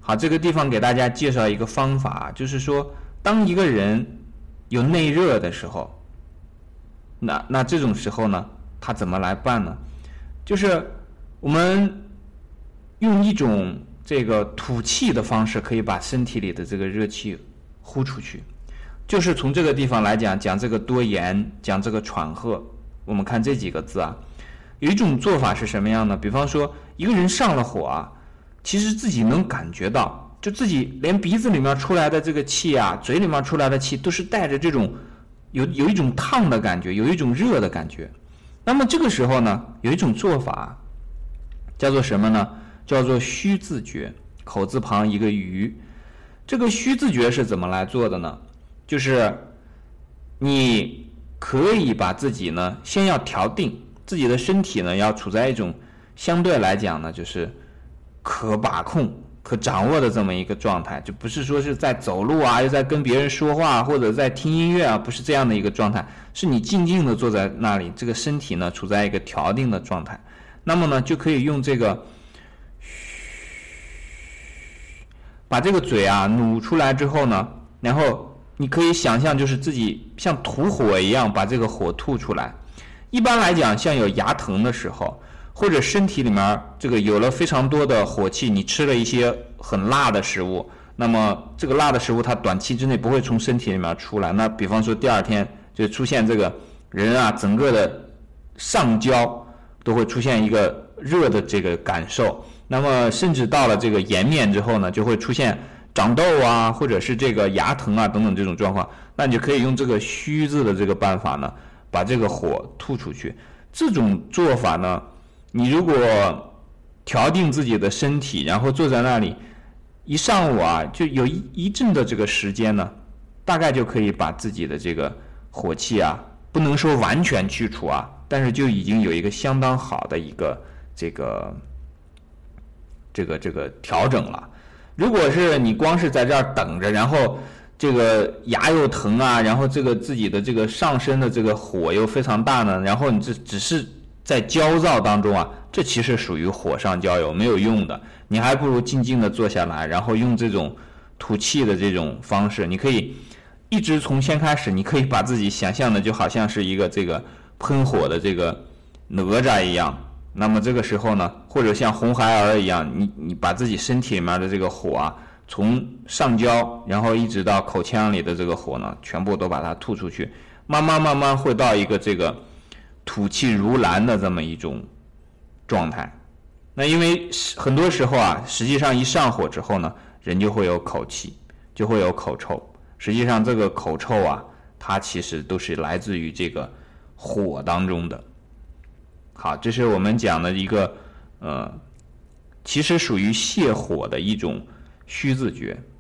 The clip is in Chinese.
好，这个地方给大家介绍一个方法，就是说当一个人有内热的时候，那这种时候呢，他怎么来办呢？就是我们用一种这个吐气的方式，可以把身体里的这个热气呼出去。就是从这个地方来讲这个多言，讲这个喘喝，我们看这几个字啊，有一种做法是什么样呢？比方说一个人上了火啊，其实自己能感觉到，就自己连鼻子里面出来的这个气啊，嘴里面出来的气都是带着这种有一种烫的感觉，有一种热的感觉。那么这个时候呢，有一种做法叫做什么呢？叫做虚字诀，口字旁一个余。这个虚字诀是怎么来做的呢？就是你可以把自己呢先要调定，自己的身体呢要处在一种相对来讲呢就是可把控可掌握的这么一个状态，就不是说是在走路啊，又在跟别人说话，或者在听音乐啊，不是这样的一个状态，是你静静的坐在那里，这个身体呢处在一个调定的状态。那么呢就可以用这个把这个嘴啊努出来之后呢，然后你可以想象就是自己像吐火一样把这个火吐出来。一般来讲，像有牙疼的时候，或者身体里面这个有了非常多的火气，你吃了一些很辣的食物，那么这个辣的食物它短期之内不会从身体里面出来，那比方说第二天就出现这个人啊整个的上焦都会出现一个热的这个感受，那么甚至到了这个颜面之后呢，就会出现长痘啊，或者是这个牙疼啊等等这种状况，那你就可以用这个虚字的这个办法呢，把这个火吐出去。这种做法呢，你如果调定自己的身体，然后坐在那里一上午啊，就有一阵的这个时间呢，大概就可以把自己的这个火气啊，不能说完全去除啊，但是就已经有一个相当好的一个这个调整了。如果是你光是在这儿等着，然后这个牙又疼啊，然后这个自己的这个上身的这个火又非常大呢，然后你这只是在焦躁当中啊，这其实属于火上浇油，没有用的。你还不如静静的坐下来，然后用这种吐气的这种方式，你可以一直从先开始，你可以把自己想象的就好像是一个这个喷火的这个哪吒一样。那么这个时候呢，或者像红孩儿一样，你把自己身体里面的这个火啊，从上焦，然后一直到口腔里的这个火呢，全部都把它吐出去，慢慢会到一个这个吐气如兰的这么一种状态。那因为很多时候啊，实际上一上火之后呢，人就会有口气，就会有口臭。实际上这个口臭啊，它其实都是来自于这个火当中的。好，这是我们讲的一个其实属于泻火的一种虚字诀。